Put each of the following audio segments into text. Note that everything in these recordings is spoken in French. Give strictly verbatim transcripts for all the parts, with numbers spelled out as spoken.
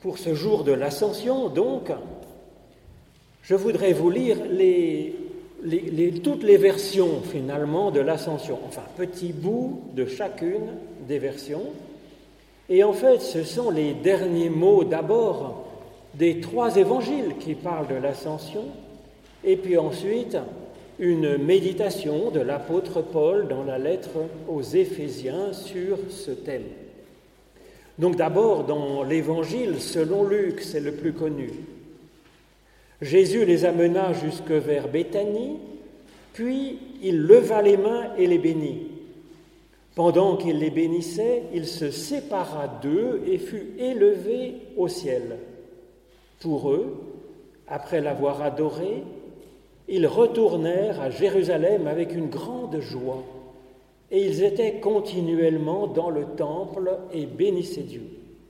Pour ce jour de l'Ascension, donc, je voudrais vous lire les, les, les, toutes les versions, finalement, de l'Ascension. Enfin, petit bout de chacune des versions. Et en fait, ce sont les derniers mots d'abord des trois évangiles qui parlent de l'Ascension, et puis ensuite une méditation de l'apôtre Paul dans la lettre aux Éphésiens sur ce thème. Donc d'abord, dans l'Évangile selon Luc, c'est le plus connu. Jésus les amena jusque vers Béthanie, puis il leva les mains et les bénit. Pendant qu'il les bénissait, il se sépara d'eux et fut élevé au ciel. Pour eux, après l'avoir adoré, ils retournèrent à Jérusalem avec une grande joie. Et ils étaient continuellement dans le temple et bénissaient Dieu.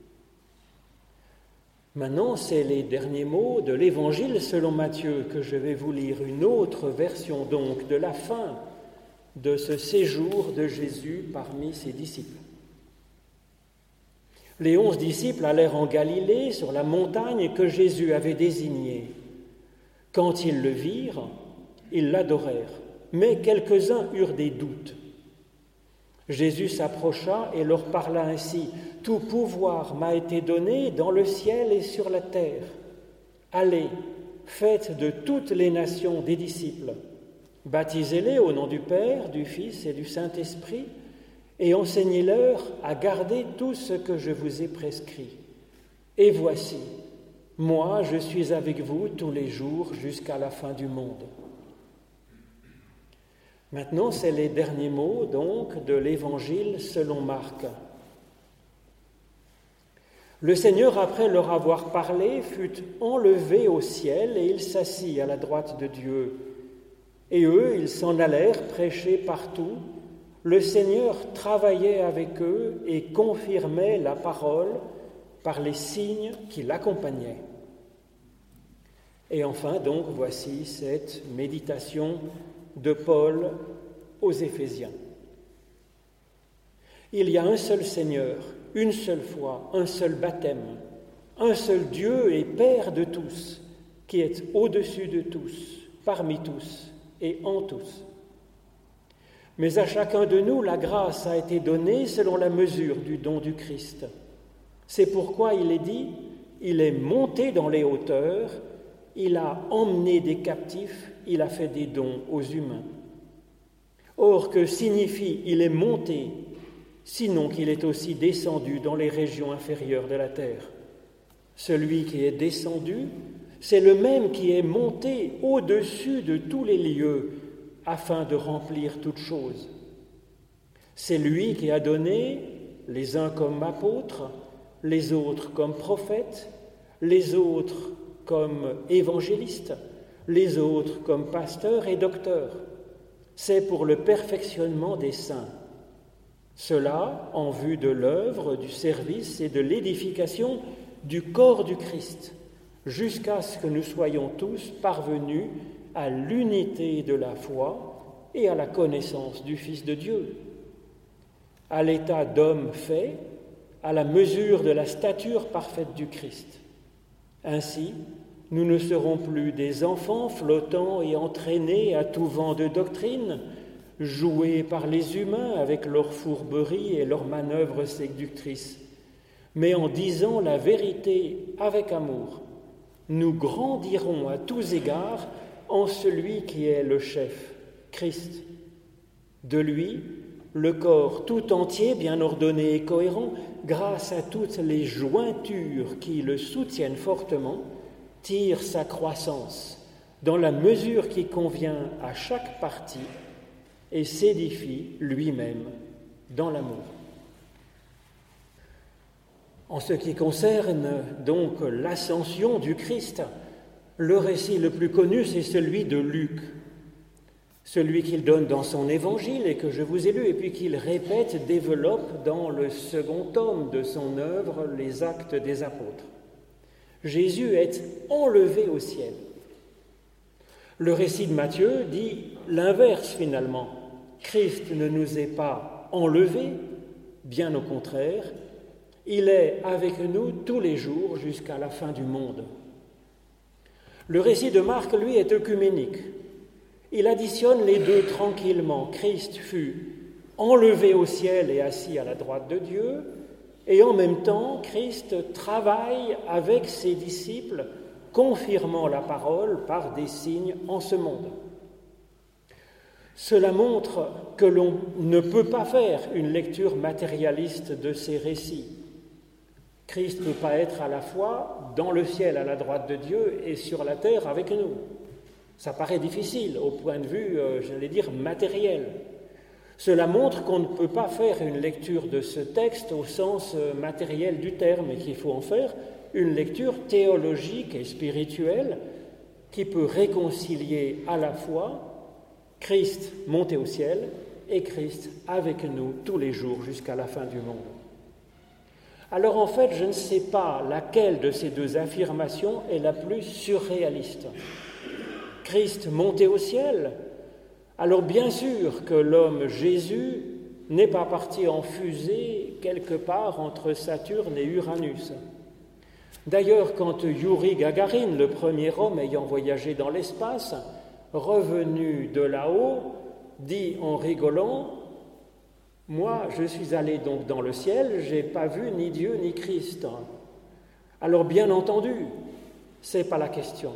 Maintenant, c'est les derniers mots de l'Évangile selon Matthieu que je vais vous lire, une autre version donc de la fin de ce séjour de Jésus parmi ses disciples. Les onze disciples allèrent en Galilée sur la montagne que Jésus avait désignée. Quand ils le virent, ils l'adorèrent, mais quelques-uns eurent des doutes. Jésus s'approcha et leur parla ainsi. « Tout pouvoir m'a été donné dans le ciel et sur la terre. Allez, faites de toutes les nations des disciples. Baptisez-les au nom du Père, du Fils et du Saint-Esprit, et enseignez-leur à garder tout ce que je vous ai prescrit. Et voici, moi je suis avec vous tous les jours jusqu'à la fin du monde. » Maintenant, c'est les derniers mots, donc, de l'Évangile selon Marc. Le Seigneur, après leur avoir parlé, fut enlevé au ciel et il s'assit à la droite de Dieu. Et eux, ils s'en allèrent prêcher partout. Le Seigneur travaillait avec eux et confirmait la parole par les signes qui l'accompagnaient. Et enfin, donc, voici cette méditation de Paul aux Éphésiens. Il y a un seul Seigneur, une seule foi, un seul baptême, un seul Dieu et Père de tous, qui est au-dessus de tous, parmi tous et en tous. Mais à chacun de nous, la grâce a été donnée selon la mesure du don du Christ. C'est pourquoi il est dit, il est monté dans les hauteurs, il a emmené des captifs, il a fait des dons aux humains. Or, que signifie « il est monté » sinon qu'il est aussi descendu dans les régions inférieures de la terre? Celui qui est descendu, c'est le même qui est monté au-dessus de tous les lieux afin de remplir toutes choses. C'est lui qui a donné les uns comme apôtres, les autres comme prophètes, les autres comme évangélistes, les autres comme pasteurs et docteurs. C'est pour le perfectionnement des saints. Cela en vue de l'œuvre, du service et de l'édification du corps du Christ, jusqu'à ce que nous soyons tous parvenus à l'unité de la foi et à la connaissance du Fils de Dieu, à l'état d'homme fait, à la mesure de la stature parfaite du Christ. Ainsi, nous ne serons plus des enfants flottants et entraînés à tout vent de doctrine, joués par les humains avec leurs fourberies et leurs manœuvres séductrices, mais en disant la vérité avec amour, nous grandirons à tous égards en celui qui est le chef, Christ. De lui, le corps tout entier, bien ordonné et cohérent, grâce à toutes les jointures qui le soutiennent fortement, tire sa croissance dans la mesure qui convient à chaque partie et s'édifie lui-même dans l'amour. En ce qui concerne donc l'ascension du Christ, le récit le plus connu, c'est celui de Luc, celui qu'il donne dans son évangile et que je vous ai lu, et puis qu'il répète, développe dans le second tome de son œuvre, les Actes des Apôtres. Jésus est enlevé au ciel. Le récit de Matthieu dit l'inverse finalement. Christ ne nous est pas enlevé, bien au contraire, Il est avec nous tous les jours jusqu'à la fin du monde. Le récit de Marc, lui, est œcuménique. Il additionne les deux tranquillement. Christ fut enlevé au ciel et assis à la droite de Dieu, et en même temps, Christ travaille avec ses disciples, confirmant la parole par des signes en ce monde. Cela montre que l'on ne peut pas faire une lecture matérialiste de ces récits. Christ ne peut pas être à la fois dans le ciel à la droite de Dieu et sur la terre avec nous. Ça paraît difficile au point de vue, euh, j'allais dire, matériel. Cela montre qu'on ne peut pas faire une lecture de ce texte au sens euh, matériel du terme et qu'il faut en faire une lecture théologique et spirituelle qui peut réconcilier à la fois Christ monté au ciel et Christ avec nous tous les jours jusqu'à la fin du monde. Alors en fait, je ne sais pas laquelle de ces deux affirmations est la plus surréaliste. Christ monté au ciel? Alors bien sûr que l'homme Jésus n'est pas parti en fusée quelque part entre Saturne et Uranus. D'ailleurs, quand Youri Gagarin, le premier homme ayant voyagé dans l'espace, revenu de là-haut, dit en rigolant « Moi, je suis allé donc dans le ciel, je n'ai pas vu ni Dieu ni Christ. » Alors bien entendu, ce n'est pas la question.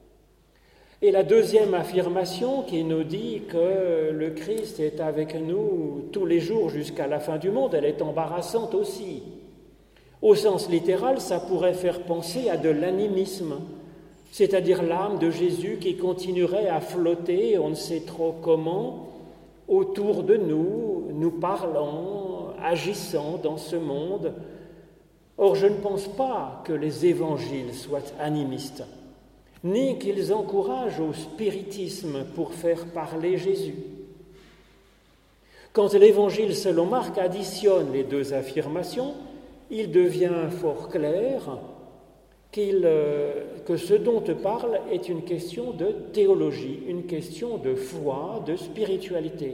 Et la deuxième affirmation qui nous dit que le Christ est avec nous tous les jours jusqu'à la fin du monde, elle est embarrassante aussi. Au sens littéral, ça pourrait faire penser à de l'animisme, c'est-à-dire l'âme de Jésus qui continuerait à flotter, on ne sait trop comment, autour de nous, nous parlant, agissant dans ce monde. Or, je ne pense pas que les évangiles soient animistes, ni qu'ils encouragent au spiritisme pour faire parler Jésus. Quand l'évangile selon Marc additionne les deux affirmations, il devient fort clair qu'il, euh, que ce dont te parle est une question de théologie, une question de foi, de spiritualité.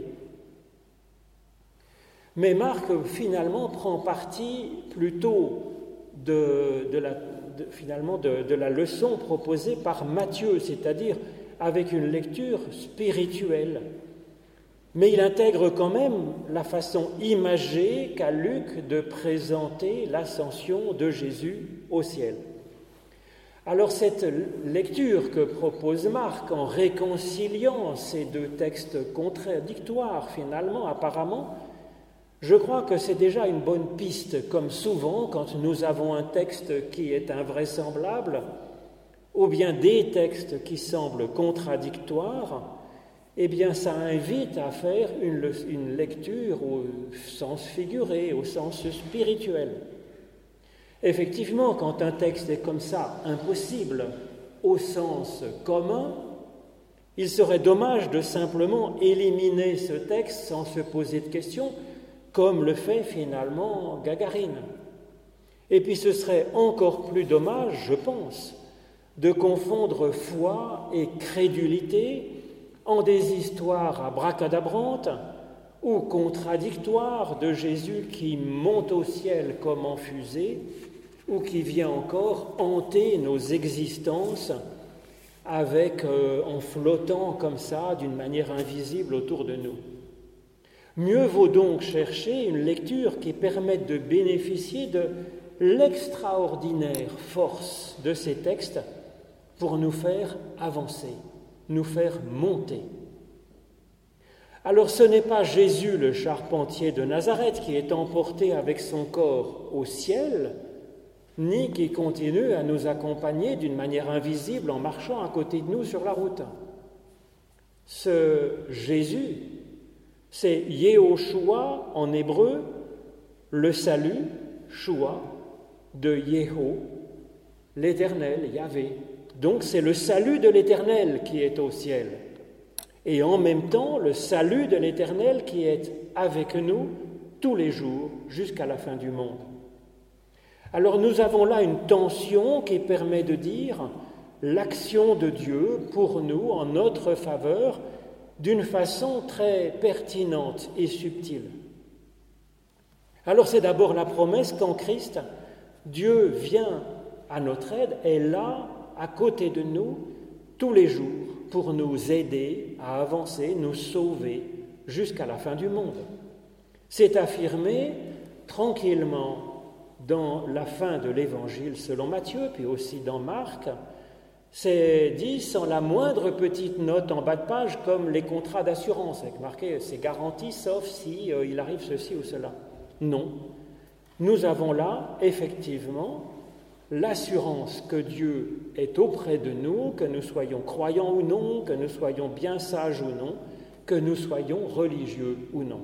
Mais Marc, finalement, prend parti plutôt de, de, la, de, finalement de, de la leçon proposée par Matthieu, c'est-à-dire avec une lecture spirituelle. Mais il intègre quand même la façon imagée qu'a Luc de présenter l'ascension de Jésus au ciel. Alors cette lecture que propose Marc en réconciliant ces deux textes contradictoires finalement, apparemment, je crois que c'est déjà une bonne piste, comme souvent quand nous avons un texte qui est invraisemblable, ou bien des textes qui semblent contradictoires, eh bien ça invite à faire une, une lecture au sens figuré, au sens spirituel. Effectivement, quand un texte est comme ça, impossible au sens commun, il serait dommage de simplement éliminer ce texte sans se poser de questions, comme le fait finalement Gagarine. Et puis ce serait encore plus dommage, je pense, de confondre foi et crédulité en des histoires abracadabrantes ou contradictoires de Jésus qui monte au ciel comme en fusée ou qui vient encore hanter nos existences avec, euh, en flottant comme ça d'une manière invisible autour de nous. Mieux vaut donc chercher une lecture qui permette de bénéficier de l'extraordinaire force de ces textes pour nous faire avancer, nous faire monter. Alors ce n'est pas Jésus le charpentier de Nazareth qui est emporté avec son corps au ciel, ni qui continue à nous accompagner d'une manière invisible en marchant à côté de nous sur la route. Ce Jésus, c'est Yehoshua en hébreu, le salut, Shua, de Yeho, l'Éternel, Yahvé. Donc c'est le salut de l'Éternel qui est au ciel. Et en même temps, le salut de l'Éternel qui est avec nous tous les jours jusqu'à la fin du monde. Alors nous avons là une tension qui permet de dire l'action de Dieu pour nous en notre faveur d'une façon très pertinente et subtile. Alors c'est d'abord la promesse qu'en Christ, Dieu vient à notre aide, est là, à côté de nous, tous les jours, pour nous aider à avancer, nous sauver jusqu'à la fin du monde. C'est affirmé tranquillement dans la fin de l'Évangile selon Matthieu, puis aussi dans Marc. C'est dit sans la moindre petite note en bas de page, comme les contrats d'assurance, avec marqué « c'est garanti sauf si euh, il arrive ceci ou cela ». Non, nous avons là, effectivement, l'assurance que Dieu est auprès de nous, que nous soyons croyants ou non, que nous soyons bien sages ou non, que nous soyons religieux ou non.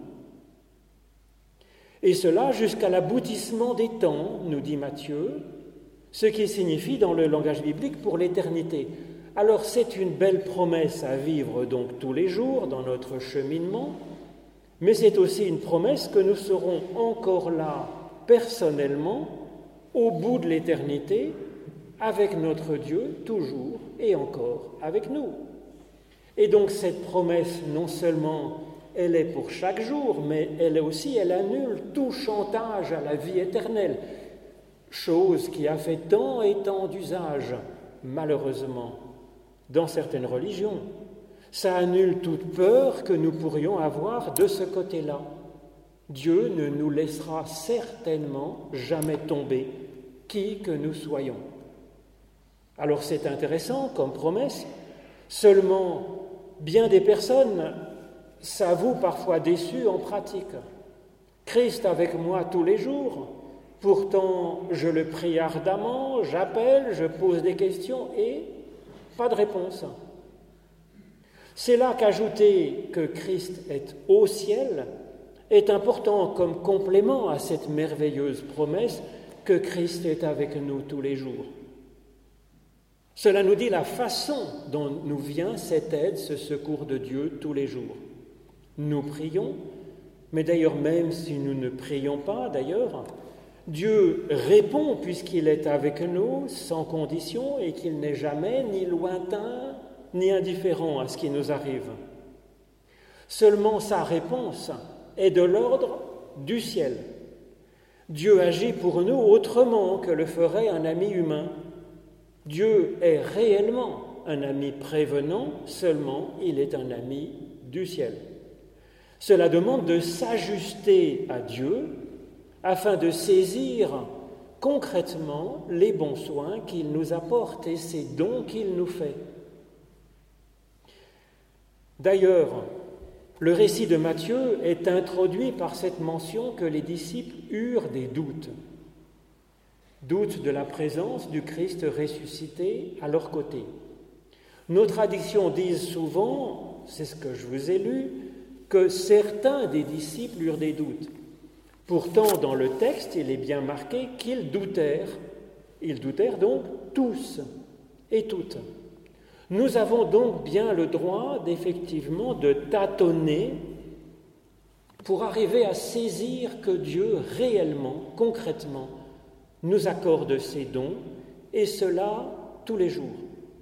Et cela jusqu'à l'aboutissement des temps, nous dit Matthieu, ce qui signifie dans le langage biblique pour l'éternité. Alors c'est une belle promesse à vivre donc tous les jours dans notre cheminement, mais c'est aussi une promesse que nous serons encore là personnellement au bout de l'éternité avec notre Dieu toujours et encore avec nous. Et donc cette promesse, non seulement elle est pour chaque jour, mais elle est aussi, elle annule tout chantage à la vie éternelle, chose qui a fait tant et tant d'usage, malheureusement, dans certaines religions. Ça annule toute peur que nous pourrions avoir de ce côté-là. Dieu ne nous laissera certainement jamais tomber, qui que nous soyons. Alors c'est intéressant comme promesse, seulement bien des personnes s'avouent parfois déçues en pratique. Christ avec moi tous les jours, pourtant je le prie ardemment, j'appelle, je pose des questions et pas de réponse. C'est là qu'ajouter que Christ est au ciel est important comme complément à cette merveilleuse promesse que Christ est avec nous tous les jours. Cela nous dit la façon dont nous vient cette aide, ce secours de Dieu tous les jours. Nous prions, mais d'ailleurs même si nous ne prions pas, d'ailleurs, Dieu répond puisqu'il est avec nous sans condition et qu'il n'est jamais ni lointain ni indifférent à ce qui nous arrive. Seulement sa réponse est de l'ordre du ciel. Dieu agit pour nous autrement que le ferait un ami humain. Dieu est réellement un ami prévenant, seulement il est un ami du ciel. Cela demande de s'ajuster à Dieu afin de saisir concrètement les bons soins qu'il nous apporte et ces dons qu'il nous fait. D'ailleurs, le récit de Matthieu est introduit par cette mention que les disciples eurent des doutes. Doutes de la présence du Christ ressuscité à leur côté. Nos traditions disent souvent, c'est ce que je vous ai lu, que certains des disciples eurent des doutes. Pourtant, dans le texte, il est bien marqué qu'ils doutèrent. Ils doutèrent donc tous et toutes. Nous avons donc bien le droit, d'effectivement, de tâtonner pour arriver à saisir que Dieu, réellement, concrètement, nous accorde ses dons, et cela tous les jours.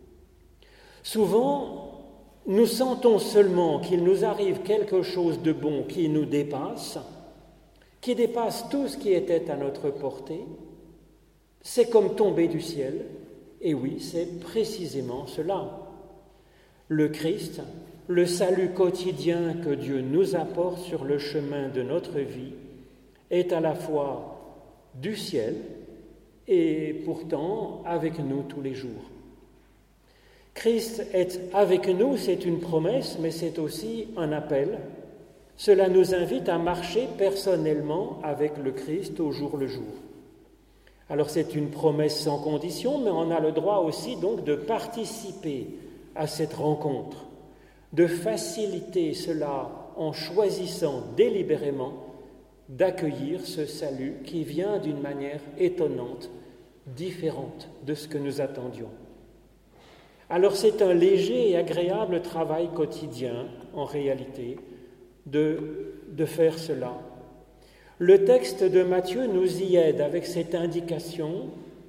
Souvent, nous sentons seulement qu'il nous arrive quelque chose de bon qui nous dépasse, qui dépasse tout ce qui était à notre portée. C'est comme tomber du ciel, et oui, c'est précisément cela. Le Christ, le salut quotidien que Dieu nous apporte sur le chemin de notre vie, est à la fois du ciel et pourtant avec nous tous les jours. Christ est avec nous, c'est une promesse, mais c'est aussi un appel. Cela nous invite à marcher personnellement avec le Christ au jour le jour. Alors c'est une promesse sans condition, mais on a le droit aussi donc de participer à cette rencontre, de faciliter cela en choisissant délibérément d'accueillir ce salut qui vient d'une manière étonnante, différente de ce que nous attendions. Alors c'est un léger et agréable travail quotidien, en réalité, de, de faire cela. Le texte de Matthieu nous y aide avec cette indication.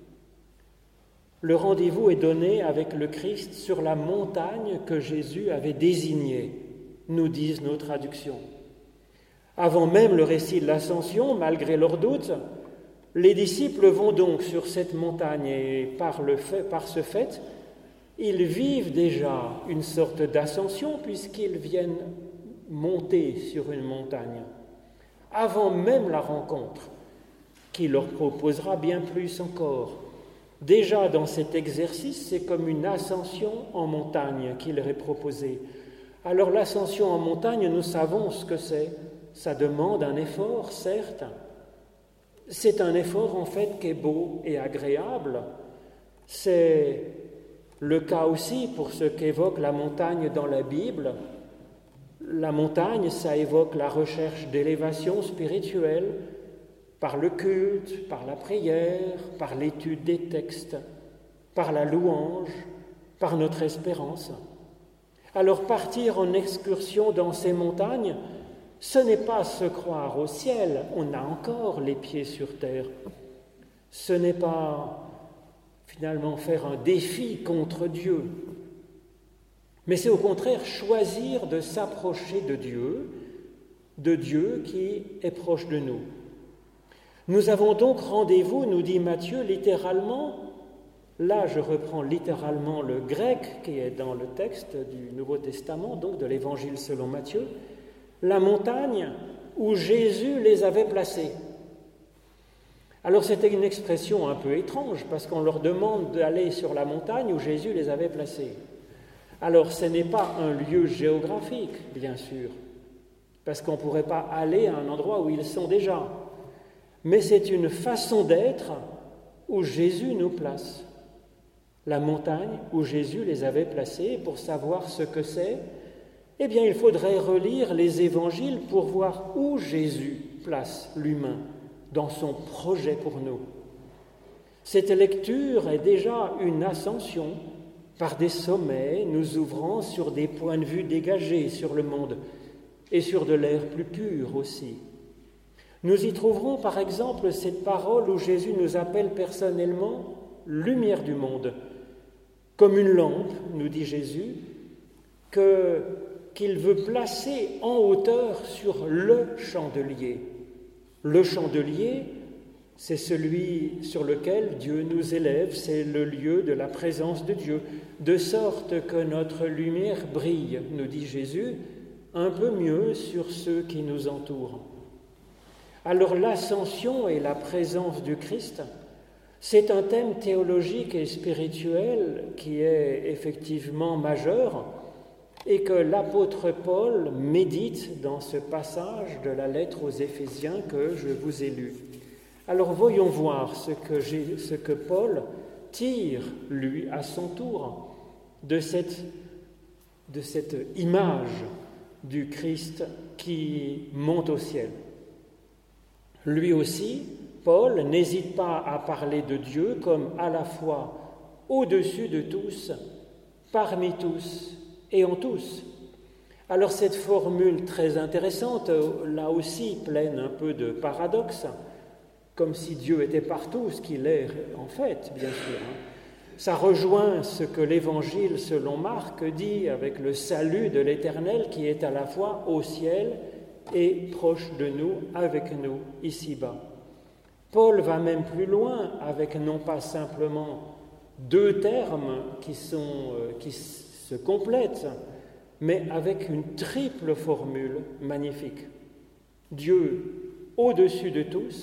Le rendez-vous est donné avec le Christ sur la montagne que Jésus avait désignée, nous disent nos traductions. Avant même le récit de l'ascension, malgré leurs doutes, les disciples vont donc sur cette montagne et par, le fait, par ce fait, ils vivent déjà une sorte d'ascension puisqu'ils viennent monter sur une montagne, avant même la rencontre, qui leur proposera bien plus encore. Déjà dans cet exercice, c'est comme une ascension en montagne qui leur est proposée. Alors l'ascension en montagne, nous savons ce que c'est. Ça demande un effort, certes. C'est un effort en fait qui est beau et agréable. C'est le cas aussi pour ce qu'évoque la montagne dans la Bible. La montagne, ça évoque la recherche d'élévation spirituelle par le culte, par la prière, par l'étude des textes, par la louange, par notre espérance. Alors partir en excursion dans ces montagnes, ce n'est pas se croire au ciel, on a encore les pieds sur terre. Ce n'est pas finalement faire un défi contre Dieu, mais c'est au contraire choisir de s'approcher de Dieu, de Dieu qui est proche de nous. Nous avons donc rendez-vous, nous dit Matthieu, littéralement, là je reprends littéralement le grec qui est dans le texte du Nouveau Testament, donc de l'Évangile selon Matthieu, la montagne où Jésus les avait placés. Alors c'était une expression un peu étrange parce qu'on leur demande d'aller sur la montagne où Jésus les avait placés. Alors ce n'est pas un lieu géographique, bien sûr, parce qu'on ne pourrait pas aller à un endroit où ils sont déjà, mais c'est une façon d'être où Jésus nous place. La montagne où Jésus les avait placés, pour savoir ce que c'est, eh bien, il faudrait relire les évangiles pour voir où Jésus place l'humain dans son projet pour nous. Cette lecture est déjà une ascension par des sommets nous ouvrant sur des points de vue dégagés sur le monde et sur de l'air plus pur aussi. Nous y trouverons par exemple cette parole où Jésus nous appelle personnellement « lumière du monde ». Comme une lampe, nous dit Jésus, que qu'il veut placer en hauteur sur le chandelier. Le chandelier, c'est celui sur lequel Dieu nous élève, c'est le lieu de la présence de Dieu, de sorte que notre lumière brille, nous dit Jésus, un peu mieux sur ceux qui nous entourent. Alors l'ascension et la présence du Christ, c'est un thème théologique et spirituel qui est effectivement majeur, et que l'apôtre Paul médite dans ce passage de la lettre aux Éphésiens que je vous ai lu. Alors voyons voir ce que, j'ai, ce que Paul tire, lui, à son tour, de cette, de cette image du Christ qui monte au ciel. Lui aussi, Paul n'hésite pas à parler de Dieu comme à la fois au-dessus de tous, parmi tous, et en tous. Alors cette formule très intéressante, là aussi pleine un peu de paradoxe, comme si Dieu était partout, ce qu'il est en fait, bien sûr. Ça rejoint ce que l'Évangile selon Marc dit avec le salut de l'Éternel qui est à la fois au ciel et proche de nous, avec nous, ici-bas. Paul va même plus loin avec non pas simplement deux termes qui sont... qui se complète, mais avec une triple formule magnifique. Dieu au-dessus de tous,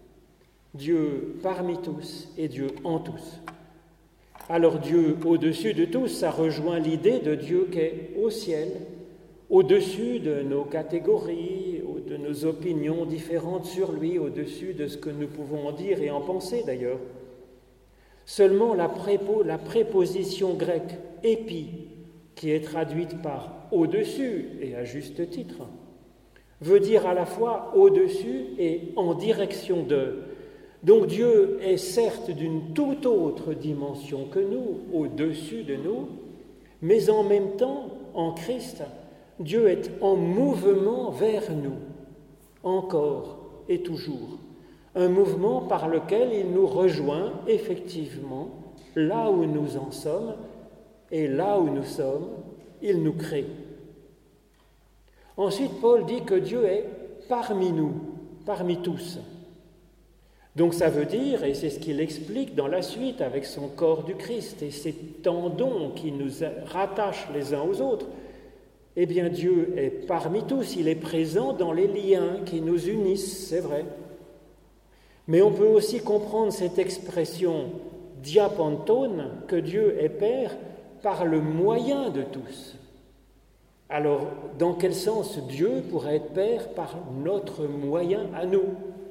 Dieu parmi tous et Dieu en tous. Alors Dieu au-dessus de tous, ça rejoint l'idée de Dieu qui est au ciel, au-dessus de nos catégories, de nos opinions différentes sur lui, au-dessus de ce que nous pouvons en dire et en penser d'ailleurs. Seulement la, prépo, la préposition grecque « épi », qui est traduite par « au-dessus » et à juste titre, veut dire à la fois « au-dessus » et « en direction de ». Donc Dieu est certes d'une toute autre dimension que nous, au-dessus de nous, mais en même temps, en Christ, Dieu est en mouvement vers nous, encore et toujours. Un mouvement par lequel il nous rejoint effectivement là où nous en sommes, et là où nous sommes, il nous crée. Ensuite, Paul dit que Dieu est parmi nous, parmi tous. Donc ça veut dire, et c'est ce qu'il explique dans la suite avec son corps du Christ et ses tendons qui nous rattachent les uns aux autres, eh bien Dieu est parmi tous, il est présent dans les liens qui nous unissent, c'est vrai. Mais on peut aussi comprendre cette expression diapantone, que Dieu est Père, par le moyen de tous. Alors, dans quel sens Dieu pourrait être Père par notre moyen à nous ?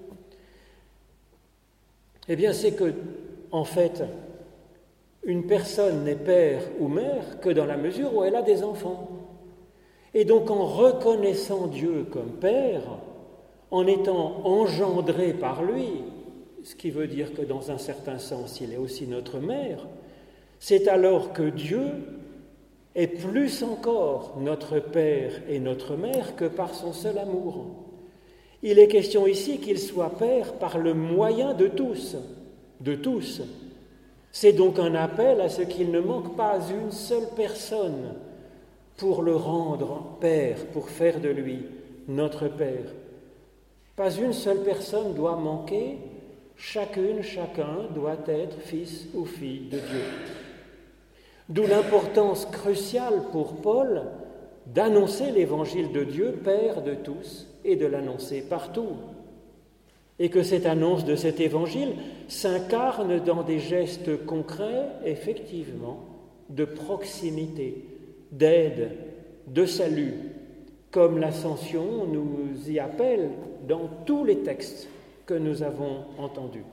Eh bien, c'est que, en fait, une personne n'est père ou mère que dans la mesure où elle a des enfants. Et donc, en reconnaissant Dieu comme Père, en étant engendré par lui, ce qui veut dire que dans un certain sens, il est aussi notre mère, c'est alors que Dieu est plus encore notre Père et notre Mère que par son seul amour. Il est question ici qu'il soit Père par le moyen de tous, de tous. C'est donc un appel à ce qu'il ne manque pas une seule personne pour le rendre Père, pour faire de lui notre Père. Pas une seule personne doit manquer, chacune, chacun doit être fils ou fille de Dieu. D'où l'importance cruciale pour Paul d'annoncer l'évangile de Dieu, Père de tous, et de l'annoncer partout. Et que cette annonce de cet évangile s'incarne dans des gestes concrets, effectivement, de proximité, d'aide, de salut, comme l'Ascension nous y appelle dans tous les textes que nous avons entendus.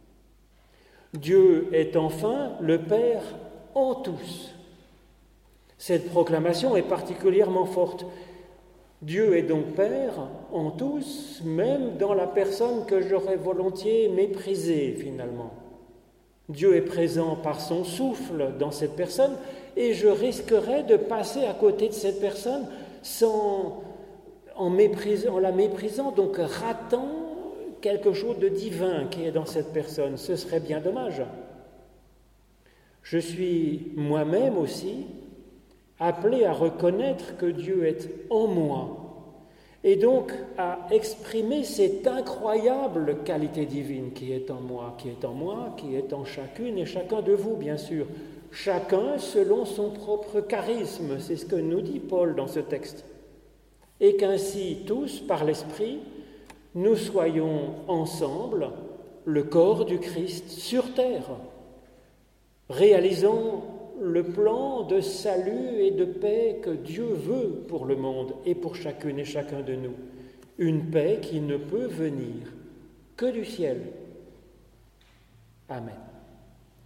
Dieu est enfin le Père en tous. Cette proclamation est particulièrement forte. Dieu est donc Père en tous, même dans la personne que j'aurais volontiers méprisée finalement. Dieu est présent par son souffle dans cette personne et je risquerais de passer à côté de cette personne sans, en, mépris, en la méprisant, donc ratant quelque chose de divin qui est dans cette personne. Ce serait bien dommage. Je suis moi-même aussi appelé à reconnaître que Dieu est en moi et donc à exprimer cette incroyable qualité divine qui est en moi, qui est en moi, qui est en chacune et chacun de vous, bien sûr. Chacun selon son propre charisme, c'est ce que nous dit Paul dans ce texte. Et qu'ainsi tous, par l'Esprit, nous soyons ensemble le corps du Christ sur terre, réalisant le plan de salut et de paix que Dieu veut pour le monde et pour chacune et chacun de nous. Une paix qui ne peut venir que du ciel. Amen.